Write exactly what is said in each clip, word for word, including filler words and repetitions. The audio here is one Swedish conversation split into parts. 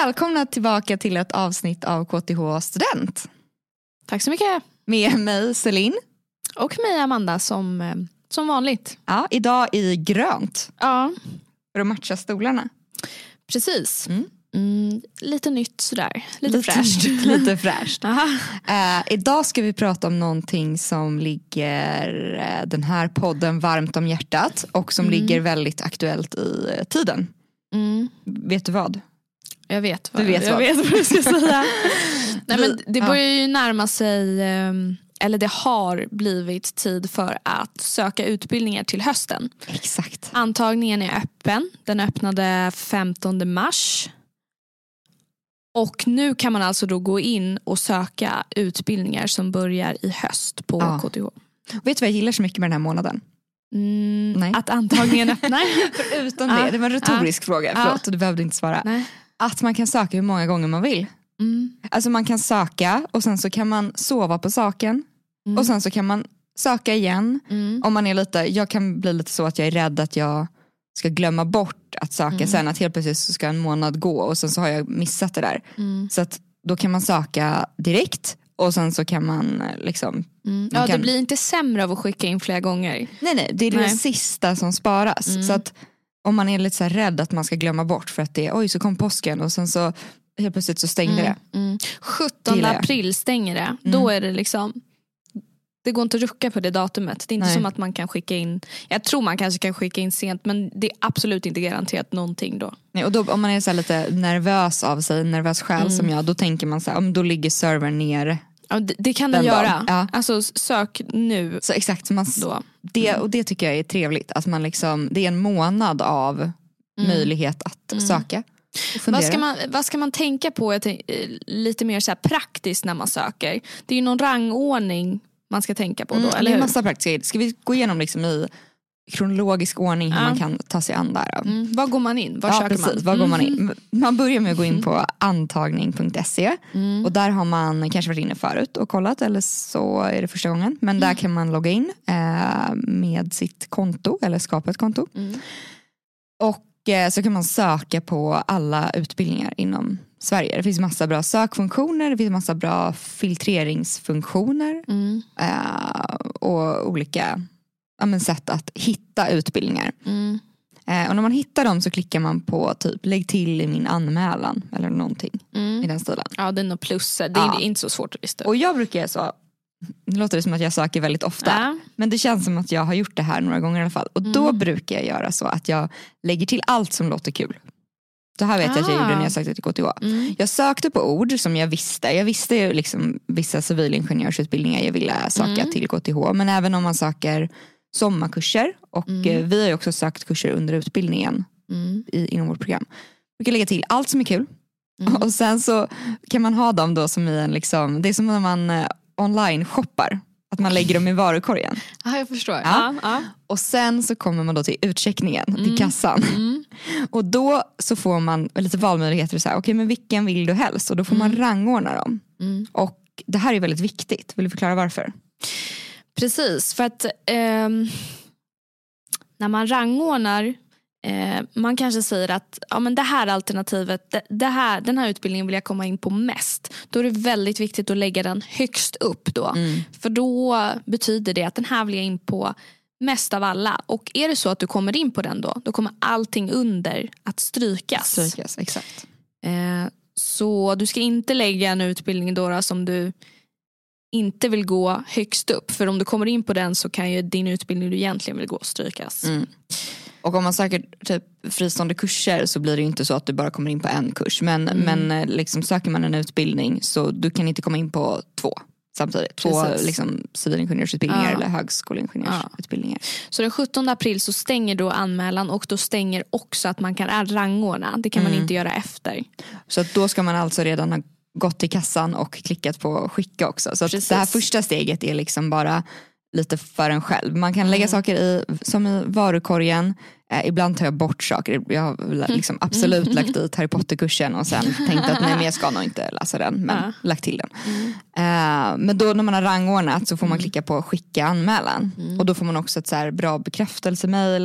Välkomna tillbaka till ett avsnitt av K T H Student. Tack så mycket. Med mig Celine. Och mig Amanda som, som vanligt. Ja, idag i grönt. Ja. För att matcha stolarna. Precis. Mm. Mm, lite nytt sådär. Lite, lite fräscht. Lite fräscht. uh, idag ska vi prata om någonting som ligger uh, den här podden varmt om hjärtat. Och som mm. ligger väldigt aktuellt i uh, tiden. Mm. Vet du vad? Jag vet vad, du vet jag vad. vet vad du ska säga. Nej, men det börjar ju närma sig, eller det har blivit tid för att söka utbildningar till hösten. Exakt. Antagningen är öppen. Den öppnade femtonde mars. Och nu kan man alltså då gå in och söka utbildningar som börjar i höst på ja. K T H. Vet du vad jag gillar så mycket med den här månaden? Mm, Nej. Att antagningen öppnar. Förutom det, det var en retorisk ja. fråga. Förlåt, ja. du behövde inte svara. Nej. Att man kan söka hur många gånger man vill. Mm. Alltså man kan söka och sen så kan man sova på saken. Mm. Och sen så kan man söka igen. Mm. Om man är lite, jag kan bli lite så att jag är rädd att jag ska glömma bort att söka mm. sen. Att helt plötsligt så ska en månad gå och sen så har jag missat det där. Mm. Så att då kan man söka direkt. Och sen så kan man liksom... Mm. Man ja, kan... det blir inte sämre av att skicka in flera gånger. Nej, nej. Det är nej. det sista som sparas. Mm. Så att om man är lite så här rädd att man ska glömma bort för att det oj så kom påsken och sen så helt plötsligt så stängde mm. det. Mm. sjuttonde april stänger det. Mm. Då är det liksom... Det går inte att rucka på det datumet. Det är inte Nej. som att man kan skicka in... Jag tror man kanske kan skicka in sent. Men det är absolut inte garanterat någonting då. Nej, och då om man är så här lite nervös av sig, nervös själv mm. som jag, då tänker man så här, om då ligger servern nere. Ja, det, det kan den göra. Ja. Alltså sök nu. Så exakt. Man, då. Det, mm. och det tycker jag är trevligt. Att man liksom, det är en månad av mm. möjlighet att mm. söka. Vad ska, man, vad ska man tänka på jag tänk, lite mer så här praktiskt när man söker? Det är ju någon rangordning man ska tänka på då, mm, eller det är hur? massa praktiskt. Ska vi gå igenom liksom i kronologisk ordning hur ja. man kan ta sig an där? Mm. Var går man in? Var ja, söker precis. man? Var går man in? Mm. Man börjar med att gå in på antagning punkt se mm. och där har man kanske varit inne förut och kollat eller så är det första gången. Men mm. där kan man logga in eh, med sitt konto eller skapa ett konto. Mm. Och eh, så kan man söka på alla utbildningar inom Sverige. Det finns massa bra sökfunktioner, det finns massa bra filtreringsfunktioner mm. eh, och olika ja, men sätt att hitta utbildningar. Mm. Eh, och när man hittar dem så klickar man på typ lägg till i min anmälan eller någonting mm. i den stilen. Ja, det är nog plus. Det är ja. inte så svårt att lista. Och jag brukar så, det låter det som att jag söker väldigt ofta. Ja. Men det känns som att jag har gjort det här några gånger i alla fall. Och då mm. brukar jag göra så att jag lägger till allt som låter kul. Det här vet jag att jag ah. gjorde när jag sökte till K T H. Mm. Jag sökte på ord som jag visste. Jag visste ju liksom vissa civilingenjörsutbildningar jag ville söka mm. till K T H. Men även om man söker sommarkurser. Och mm. vi har ju också sökt kurser under utbildningen mm. i, inom vårt program. Vi kan lägga till allt som är kul. Mm. Och sen så kan man ha dem då som i en liksom, det är som när man eh, online shoppar. Att man lägger dem i varukorgen. Ja, jag förstår. Ja. Ja, ja. Och sen så kommer man då till utcheckningen, mm. till kassan. Mm. Och då så får man lite valmöjligheter. Okej, okay, men vilken vill du helst? Och då får mm. man rangordna dem. Mm. Och det här är väldigt viktigt. Vill du förklara varför? Precis, för att eh, när man rangordnar eh, man kanske säger att ja, men det här alternativet, det, det här, den här utbildningen vill jag komma in på mest. Då är det väldigt viktigt att lägga den högst upp då. Mm. För då betyder det att den här vill jag in på mest av alla. Och är det så att du kommer in på den då, då kommer allting under att strykas. Strykas, exakt. Eh, så du ska inte lägga en utbildning då, då som du inte vill gå högst upp. För om du kommer in på den så kan ju din utbildning du egentligen vill gå strykas. Mm. Och om man söker typ fristående kurser så blir det ju inte så att du bara kommer in på en kurs. Men, mm. men liksom söker man en utbildning så du kan inte komma in på två samtidigt. Två liksom, civilingenjörsutbildningar ja. eller högskoleingenjörsutbildningar. Ja. Så den sjuttonde april så stänger då anmälan och då stänger också att man kan rangordna. Det kan mm. man inte göra efter. Så att då ska man alltså redan ha gått till kassan och klickat på skicka också. Så att det här första steget är liksom bara lite för en själv. Man kan lägga mm. saker i, som i varukorgen. Eh, ibland tar jag bort saker. Jag har liksom absolut mm. lagt dit Harry Potter-kursen och sen tänkt att nej, men jag ska nog inte läsa den. Men ja. lagt till den. Mm. Eh, men då när man har rangordnat så får man klicka på skicka anmälan. Mm. Och då får man också ett så här bra bekräftelsemail och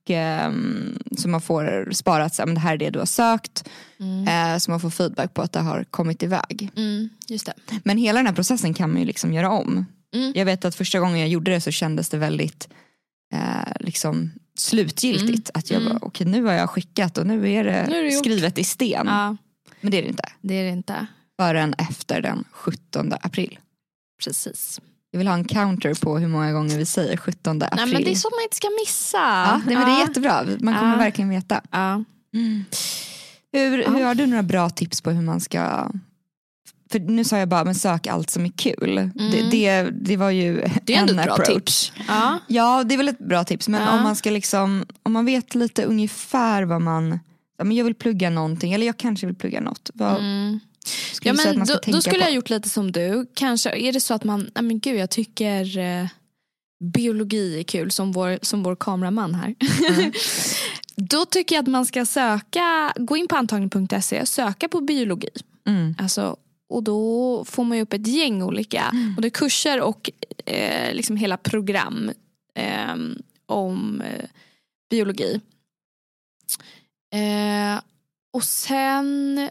och eh, så man får sparat så här, men det här är det du har sökt. Mm. Eh, så man får feedback på att det har kommit iväg. Mm, just det. Men hela den här processen kan man ju liksom göra om. Mm. Jag vet att första gången jag gjorde det så kändes det väldigt eh, liksom slutgiltigt. Mm. Att jag mm. bara, okej, nu har jag skickat och nu är det, nu är det skrivet i sten. Ja. Men det är det inte. Det är det inte. Förrän efter den sjuttonde april. Precis. Jag vill ha en counter på hur många gånger vi säger sjuttonde april. Nej, men det är så man inte ska missa. Ja, det, men det är jättebra. Man kommer ja. verkligen veta. Ja. Mm. Hur, ja. hur har du några bra tips på hur man ska... För nu sa jag bara, men sök allt som är kul. Mm. Det, det, det var ju det är en ändå ett bra approach. Tips. Ja. ja, det är väl ett bra tips. Men ja. om man ska liksom... Om man vet lite ungefär vad man... Ja, men jag vill plugga någonting. Eller jag kanske vill plugga något. Vad... Mm. Ja, men då, då skulle på? jag gjort lite som du. Kanske är det så att man, nej men gud, jag tycker eh, biologi är kul som vår, som vår kameraman här. Mm. Då tycker jag att man ska söka, gå in på antagning punkt se, söka på biologi. Mm. Alltså, och då får man ju upp ett gäng olika mm. både kurser och eh, liksom hela program eh, om eh, biologi. Eh, och sen...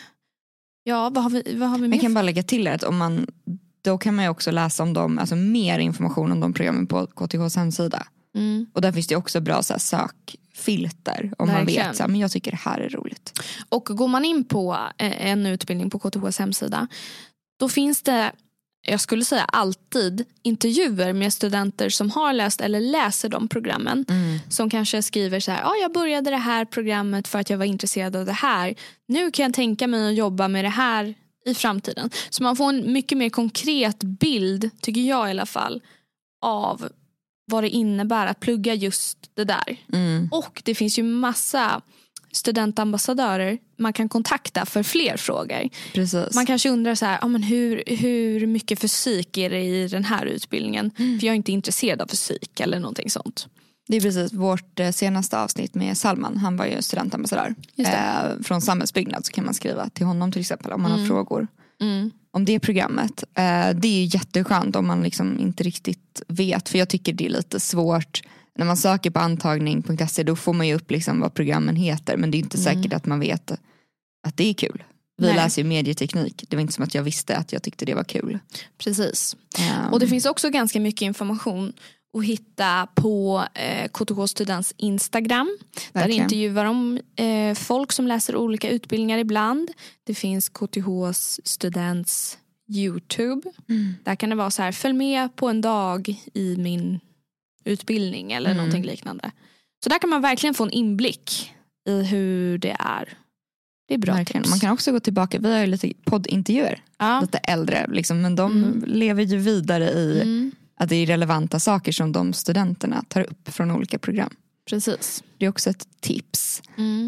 Ja, vad har vi, vad har vi mer? Jag kan bara lägga till att om man, då kan man ju också läsa om dem, alltså mer information om de programmen på K T H:s hemsida. Mm. Och där finns det också bra så här, sökfilter om Verkligen. man vet så här, men jag tycker det här är roligt. Och går man in på en utbildning på K T H:s hemsida, då finns det, jag skulle säga alltid, intervjuer med studenter som har läst eller läser de programmen. Mm. Som kanske skriver så här, ja, jag började det här programmet för att jag var intresserad av det här. Nu kan jag tänka mig att jobba med det här i framtiden. Så man får en mycket mer konkret bild, tycker jag i alla fall, av vad det innebär att plugga just det där. Mm. Och det finns ju massa studentambassadörer man kan kontakta för fler frågor. Precis. Man kanske undrar så här, ja, men hur, hur mycket fysik är det i den här utbildningen? Mm. För jag är inte intresserad av fysik eller någonting sånt. Det är precis vårt senaste avsnitt med Salman. Han var ju studentambassadör. Eh, från samhällsbyggnad så kan man skriva till honom till exempel om man mm. har frågor. Mm. Om det programmet. Eh, det är ju jätteskönt om man liksom inte riktigt vet. För jag tycker det är lite svårt. När man söker på antagning punkt se då får man ju upp liksom vad programmen heter. Men det är inte mm. säkert att man vet att det är kul. Vi Nej. läser ju medieteknik. Det var inte som att jag visste att jag tyckte det var kul. Precis. Um. Och det finns också ganska mycket information att hitta på eh, K T H Students Instagram. Verkligen. Där intervjuar de eh, folk som läser olika utbildningar ibland. Det finns K T H:s Students YouTube. Mm. Där kan det vara så här, följ med på en dag i min utbildning eller mm. någonting liknande. Så där kan man verkligen få en inblick i hur det är. Det är bra tips. Man kan också gå tillbaka, vi har ju lite poddintervjuer. Ja. Lite äldre liksom, men de mm. lever ju vidare i mm. att det är relevanta saker som de studenterna tar upp från olika program. Precis. Det är också ett tips. Mm.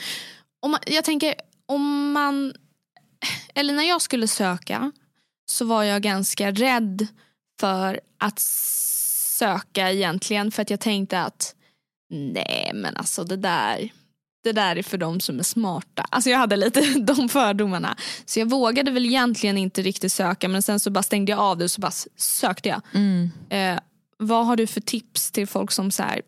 Om man, jag tänker, om man... Eller när jag skulle söka så var jag ganska rädd för att söka egentligen. För att jag tänkte att nej, men alltså det där... Det där är för de som är smarta. Alltså jag hade lite de fördomarna. Så jag vågade väl egentligen inte riktigt söka. Men sen så bara stängde jag av det och så bara sökte jag. Mm. Eh, vad har du för tips till folk som så här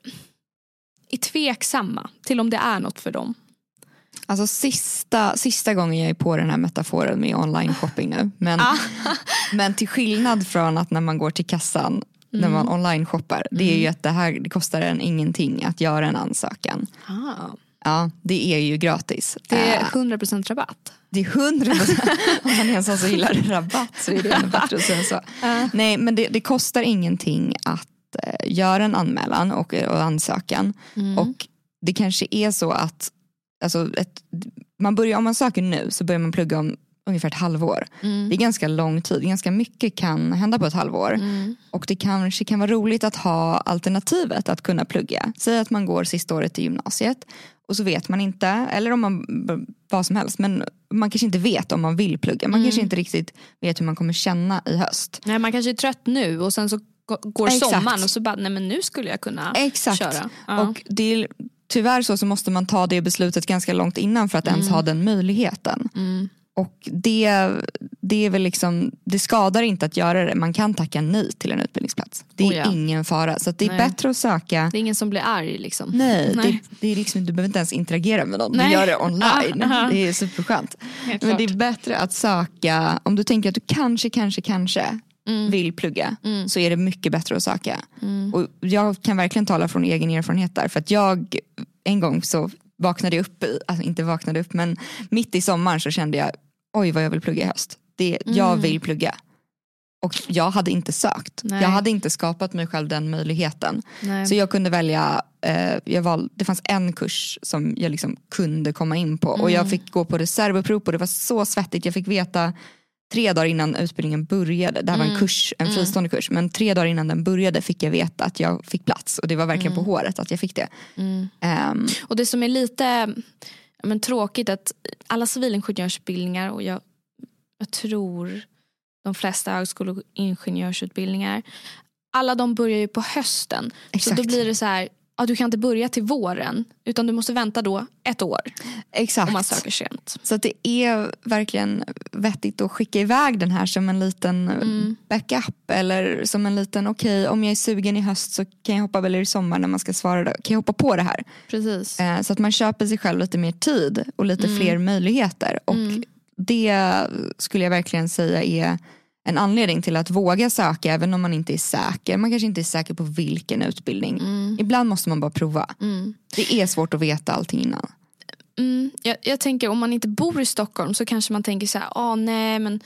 är tveksamma till om det är något för dem? Alltså sista, sista gången jag är på den här metaforen med online shopping nu. Men, ah. men till skillnad från att när man går till kassan mm. när man online shoppar. Det är mm. ju att det här det kostar en ingenting att göra en ansökan. Ah. Ja, det är ju gratis. Det är hundra procent rabatt. Det är hundra procent. Om man är en sån som gillar rabatt så är det ännu bättre att säga så. Uh. Nej, men det, det kostar ingenting att uh, göra en anmälan och, och ansökan. Mm. Och det kanske är så att alltså ett, man börjar, om man söker nu så börjar man plugga om ungefär ett halvår. Mm. Det är ganska lång tid. Ganska mycket kan hända på ett halvår. Mm. Och det kanske kan vara roligt att ha alternativet att kunna plugga. Säg att man går sista året i gymnasiet. Och så vet man inte. Eller om man, vad som helst. Men man kanske inte vet om man vill plugga. Man mm. kanske inte riktigt vet hur man kommer känna i höst. Nej, man kanske är trött nu. Och sen så går Exakt. sommaren. Och så bara, nej men nu skulle jag kunna Exakt. köra. Ja. Och det är, tyvärr så, så måste man ta det beslutet ganska långt innan. För att mm. ens ha den möjligheten. Mm. Och det, det är väl liksom, det skadar inte att göra det. Man kan tacka nej till en utbildningsplats. Det är oh ja. ingen fara. Så att det är nej. bättre att söka. Det är ingen som blir arg liksom. Nej, nej. Det, det är liksom, du behöver inte ens interagera med någon. Nej. Du gör det online. Ah, det är superskönt. Men klart. Det är bättre att söka, om du tänker att du kanske, kanske, kanske mm. vill plugga, mm. så är det mycket bättre att söka. Mm. Och jag kan verkligen tala från egen erfarenhet där. För att jag en gång så vaknade upp, i, alltså inte vaknade upp, men mitt i sommaren så kände jag, oj vad jag vill plugga i höst. Det, mm. Jag vill plugga. Och jag hade inte sökt. Nej. Jag hade inte skapat mig själv den möjligheten. Nej. Så jag kunde välja, eh, jag val, det fanns en kurs som jag liksom kunde komma in på. Mm. Och jag fick gå på reservprov och det var så svettigt. Jag fick veta tre dagar innan utbildningen började. Det här mm. var en kurs, en fristående mm. kurs. Men tre dagar innan den började fick jag veta att jag fick plats. Och det var verkligen mm. på håret att jag fick det. Mm. Um, och det som är lite men, tråkigt att alla civilingenjörsutbildningar och jag, jag tror de flesta högskole- och ingenjörsutbildningar, alla de börjar ju på hösten. Exakt. Så då blir det så här, ja, du kan inte börja till våren utan du måste vänta då ett år. Exakt. Om man söker sent. Så att det är verkligen vettigt att skicka iväg den här som en liten mm. backup eller som en liten, okej, okay, om jag är sugen i höst så kan jag hoppa väl i sommar när man ska svara då. Kan jag hoppa på det här? Precis. Eh, så att man köper sig själv lite mer tid och lite mm. fler möjligheter. Och mm. det skulle jag verkligen säga är en anledning till att våga söka även om man inte är säker. Man kanske inte är säker på vilken utbildning. Mm. Ibland måste man bara prova. Mm. Det är svårt att veta allting innan. Mm. Jag, jag tänker om man inte bor i Stockholm så kanske man tänker så här, ah, nej men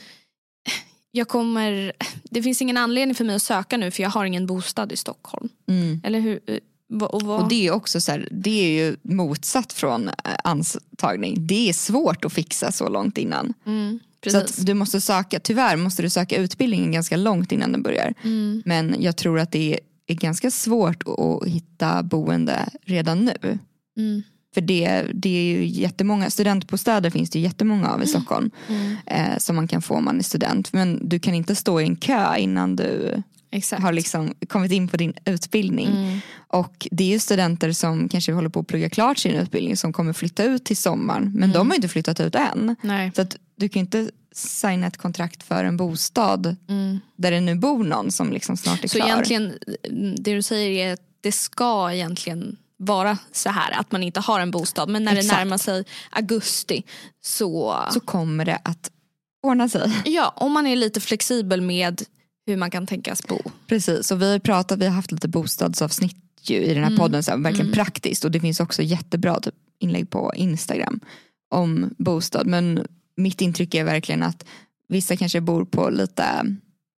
jag kommer, det finns ingen anledning för mig att söka nu för jag har ingen bostad i Stockholm. Mm. Eller hur? Och, vad? och det är också så här, det är ju motsatt från antagning. Det är svårt att fixa så långt innan. Mm. Precis. Så att du måste söka, tyvärr måste du söka utbildningen ganska långt innan den börjar. Mm. Men jag tror att det är, är ganska svårt att hitta boende redan nu. Mm. För det, det är ju jättemånga, studentbostäder finns det ju jättemånga av i Stockholm. Mm. Eh, som man kan få om man är student. Men du kan inte stå i en kö innan du Exakt. har liksom kommit in på din utbildning. Mm. Och det är ju studenter som kanske håller på att plugga klart sin utbildning som kommer flytta ut till sommaren. Men mm. de har inte flyttat ut än. Nej. Så att du kan inte signa ett kontrakt för en bostad mm. där det nu bor någon som liksom snart är så klar. Så egentligen, det du säger är att det ska egentligen vara så här att man inte har en bostad. Men när Exakt. det närmar sig augusti så... så kommer det att ordna sig. Ja, om man är lite flexibel med hur man kan tänkas bo. Precis, och vi har pratat, vi har haft lite bostadsavsnitt ju i den här mm. podden så här, verkligen mm. praktiskt. Och det finns också jättebra typ, inlägg på Instagram om bostad. Men mitt intryck är verkligen att vissa kanske bor på lite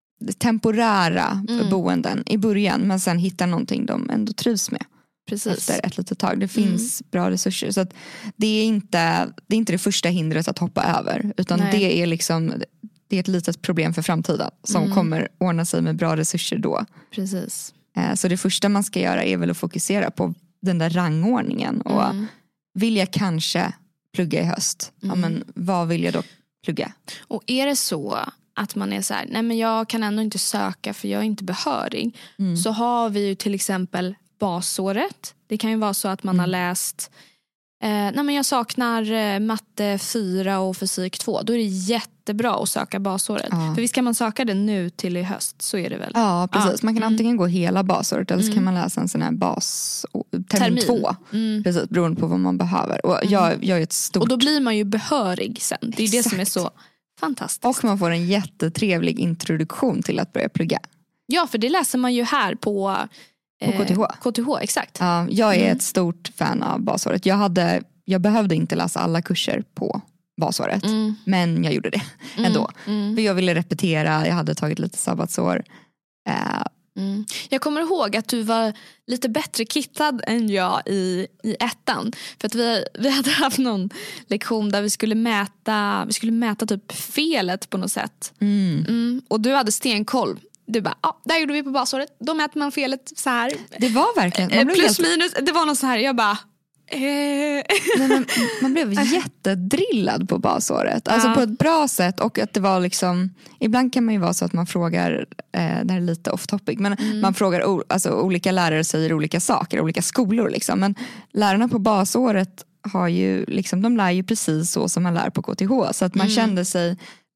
temporära mm. boenden i början. Men sen hittar någonting de ändå trivs med. Precis. Efter ett litet tag. Det finns mm. bra resurser. Så att det är inte det är inte det första hindret att hoppa över. Utan Nej. det är liksom det är ett litet problem för framtiden. Som mm. kommer ordna sig med bra resurser då. Precis. Så det första man ska göra är väl att fokusera på den där rangordningen. Och mm. vill jag kanske plugga i höst? Mm. Ja, men vad vill jag då plugga? Och är det så att man är så här, nej men jag kan ändå inte söka för jag är inte behörig. Mm. Så har vi ju till exempel basåret. Det kan ju vara så att man mm. har läst eh, nej men jag saknar eh, matte fyra och fysik två. Då är det jättebra att söka basåret. Ja. För visst kan man söka det nu till i höst, så är det väl. Ja, precis. Ja. Man kan mm. antingen gå hela basåret eller så mm. kan man läsa en sån här bas termin två. Mm. Precis, beroende på vad man behöver. Och jag, jag är ett stort... Och då blir man ju behörig sen. Det är Exakt. det som är så fantastiskt. Och man får en jättetrevlig introduktion till att börja plugga. Ja, för det läser man ju här på... På K T H. K T H, exakt. Ja, jag är mm. ett stort fan av basåret. Jag, hade, jag behövde inte läsa alla kurser på basåret. Mm. Men jag gjorde det mm. ändå. Mm. För jag ville repetera, jag hade tagit lite sabbatsår. Uh, mm. Jag kommer ihåg att du var lite bättre kittad än jag i, i ettan. För att vi, vi hade haft någon lektion där vi skulle mäta, vi skulle mäta typ felet på något sätt. Mm. Mm. Och du hade stenkoll. Du bara, ja, där gjorde vi på basåret. Då mäter man felet så här. Det var verkligen. Plus helt... minus, det var något så här. Jag bara... Eh. Nej, men man blev jättedrillad på basåret. Alltså ja. på ett bra sätt. Och att det var liksom... Ibland kan man ju vara så att man frågar... Eh, det här är lite off topic. Men mm. man frågar... O, alltså, olika lärare säger olika saker. Olika skolor liksom. Men lärarna på basåret har ju... Liksom, de lär ju precis så som man lär på K T H. Så att man mm. kände sig lite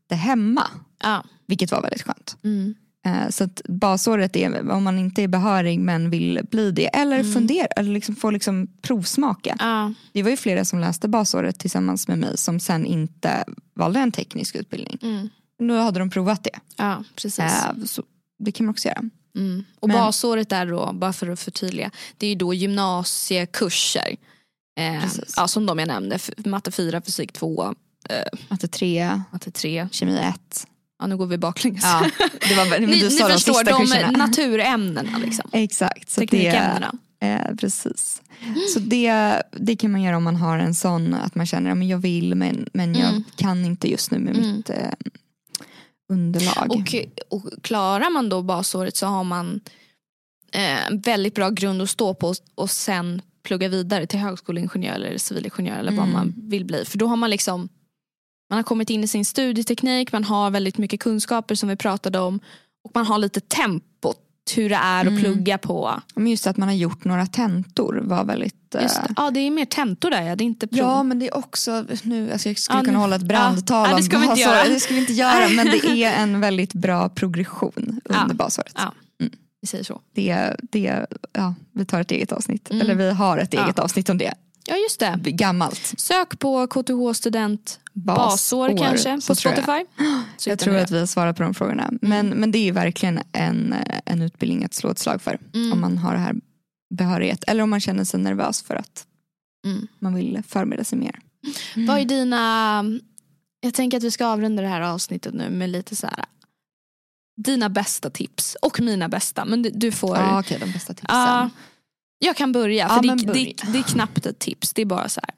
det hemma. Ja. Vilket var väldigt skönt. Mm. Så att basåret är, om man inte är behörig men vill bli det. Eller mm. fundera, eller liksom få liksom provsmaka. Ja. Det var ju flera som läste basåret tillsammans med mig som sen inte valde en teknisk utbildning. Mm. Nu hade de provat det. Ja, precis. Äh, så det kan man också göra. Mm. Och men, basåret är då, bara för att förtydliga, det är ju då gymnasiekurser. Eh, ja, som de jag nämnde, matte fyra, fysik två. Eh, matte tre, matte tre, kemi ett. Ja, nu går vi baklänges. Ja, det var, men ni du ni sa förstår, de, de naturämnena liksom. Exakt. Så teknikämnena. Det, eh, precis. Mm. Så det, det kan man göra om man har en sån, att man känner att jag vill men, men jag mm. kan inte just nu med mm. mitt eh, underlag. Och, och klarar man då basåret så har man eh, en väldigt bra grund att stå på och, och sen plugga vidare till högskoleingenjör eller civilingenjör eller vad mm. man vill bli. För då har man liksom man har kommit in i sin studieteknik, man har väldigt mycket kunskaper som vi pratade om och man har lite tempo hur det är mm. att plugga på. Men just att man har gjort några tentor var väldigt... Just det. Ja, det är mer tentor där, ja. Det är inte prov. Ja, men det är också... Nu, alltså jag skulle ja, kunna nu, hålla ett brandtal ja, om det ska vi inte basåret. göra. Det ska vi inte göra, men det är en väldigt bra progression under ja. basåret. Ja, mm. vi säger så. Det, det, ja, vi tar ett eget avsnitt. Mm. Eller vi har ett eget ja. avsnitt om det. Ja, just det. Gammalt. Sök på K T H student basår, basår kanske på Spotify. Jag, jag tror att vi har svarat på de frågorna. Mm. Men, men det är ju verkligen en, en utbildning att slå ett slag för. Mm. Om man har det här behörighet. Eller om man känner sig nervös för att mm. man vill förbereda sig mer. Mm. Vad är dina... Jag tänker att vi ska avrunda det här avsnittet nu med lite så här... Dina bästa tips. Och mina bästa. Men du, du får... Ja, okej, de bästa tipsen. Uh, jag kan börja. För ja, det, börja. Det, det är knappt ett tips. Det är bara så här.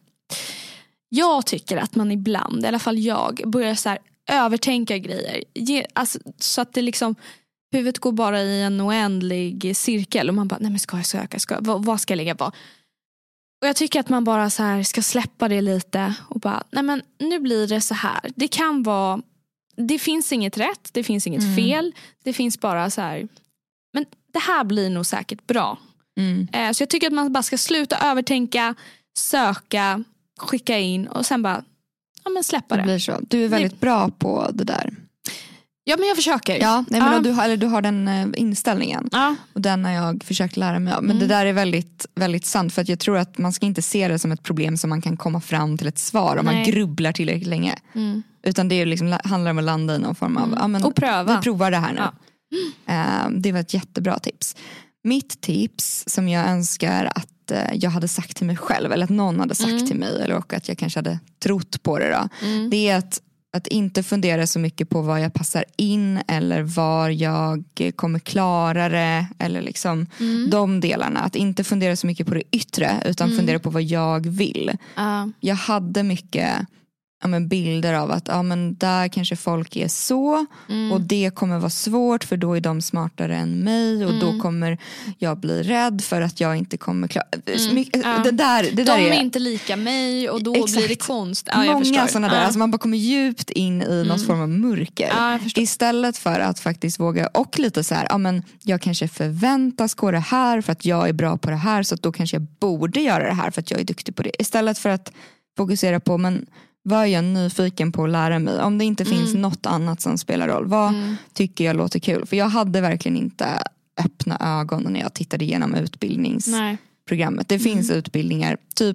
Jag tycker att man ibland, i alla fall jag, börjar så här övertänka grejer. Ge, alltså, så att det liksom, huvudet går bara i en oändlig cirkel. Och man bara, nej men ska jag söka? Ska, vad, vad ska jag lägga på? Och jag tycker att man bara så här ska släppa det lite. Och bara, nej men nu blir det så här. Det kan vara, det finns inget rätt. Det finns inget mm. fel. Det finns bara så här, men det här blir nog säkert bra. Mm. Eh, så jag tycker att man bara ska sluta övertänka, söka, skicka in och sen bara ja, men släppa det. Det blir så. Du är väldigt det... bra på det där. Ja, men jag försöker. Ja, nej, men ja. Du, har, eller du har den uh, inställningen. Ja. Och den har jag försökt lära mig av. Men mm. det där är väldigt, väldigt sant. För att jag tror att man ska inte se det som ett problem som man kan komma fram till ett svar om nej. man grubblar tillräckligt länge. Mm. Utan det är liksom, handlar om att landa i någon form av mm. ja, men, och pröva. Vi provar det här nu. Ja. Uh, det var ett jättebra tips. Mitt tips som jag önskar att jag hade sagt till mig själv eller att någon hade sagt mm. till mig eller och att jag kanske hade trott på det då. Mm. Det är att, att inte fundera så mycket på vad jag passar in eller var jag kommer klara det eller liksom mm. de delarna. Att inte fundera så mycket på det yttre utan mm. fundera på vad jag vill. Uh. Jag hade mycket ja, men bilder av att ja, men där kanske folk är så mm. och det kommer vara svårt för då är de smartare än mig och mm. då kommer jag bli rädd för att jag inte kommer klara mm. ja. det där, det de där är, är inte lika mig och då exakt. Blir det konst. Ja, jag många sådana där, ja. Alltså man bara kommer djupt in i mm. något form av mörker ja, istället för att faktiskt våga och lite så här, ja men jag kanske förväntas gå det här för att jag är bra på det här så att då kanske jag borde göra det här för att jag är duktig på det istället för att fokusera på men vad är jag nyfiken på att lära mig? Om det inte finns mm. något annat som spelar roll. Vad mm. tycker jag låter kul? För jag hade verkligen inte öppna ögon när jag tittade igenom utbildningsprogrammet. Det finns mm. utbildningar, typ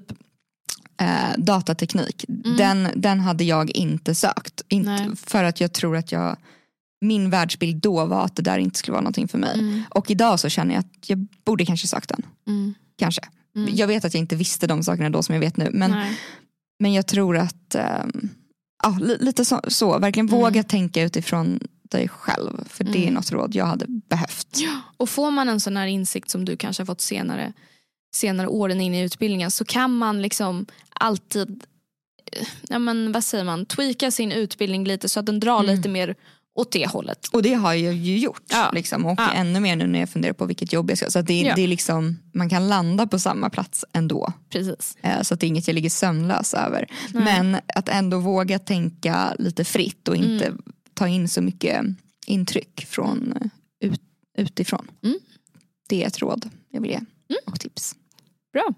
eh, datateknik. Mm. Den, den hade jag inte sökt. Inte, för att jag tror att jag min världsbild då var att det där inte skulle vara någonting för mig. Mm. Och idag så känner jag att jag borde kanske sökt den. Mm. Kanske. Mm. Jag vet att jag inte visste de sakerna då som jag vet nu. Men Nej. Men jag tror att ähm, ja, lite så, så verkligen mm. våga tänka utifrån dig själv. För mm. det är något råd jag hade behövt. Ja. Och får man en sån här insikt som du kanske har fått senare, senare åren in i utbildningen så kan man liksom alltid ja, men, vad säger man, tweaka sin utbildning lite så att den drar mm. lite mer åt det hållet. Och det har jag ju gjort. Ja. Liksom, och ja. ännu mer nu när jag funderar på vilket jobb jag ska. Så att det, ja. det är liksom, man kan landa på samma plats ändå. Precis. Så att det är inget jag ligger sömnlös över. Nej. Men att ändå våga tänka lite fritt och inte mm. ta in så mycket intryck från ut, utifrån. Mm. Det är ett råd jag vill ge. Mm. Och tips. Bra.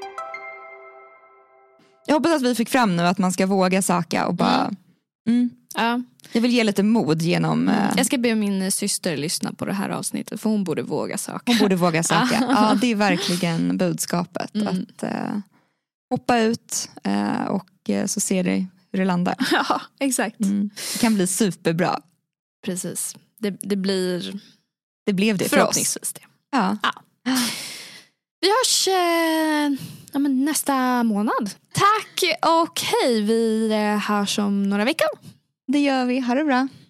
Jag hoppas att vi fick fram nu att man ska våga söka och bara... Mm. Mm. Ja. Jag vill ge lite mod genom... Mm. Jag ska be min syster lyssna på det här avsnittet, för hon borde våga söka. Hon borde våga söka. Ja, det är verkligen budskapet. Mm. Att uh, hoppa ut uh, och uh, så ser du hur det landar. Ja, exakt. Mm. Det kan bli superbra. Precis. Det, det blir... Det blev det för oss. Det. Ja. Ja. Vi hörs eh, ja, men nästa månad. Tack och hej. Vi hörs om några veckor. Det gör vi. Ha det bra.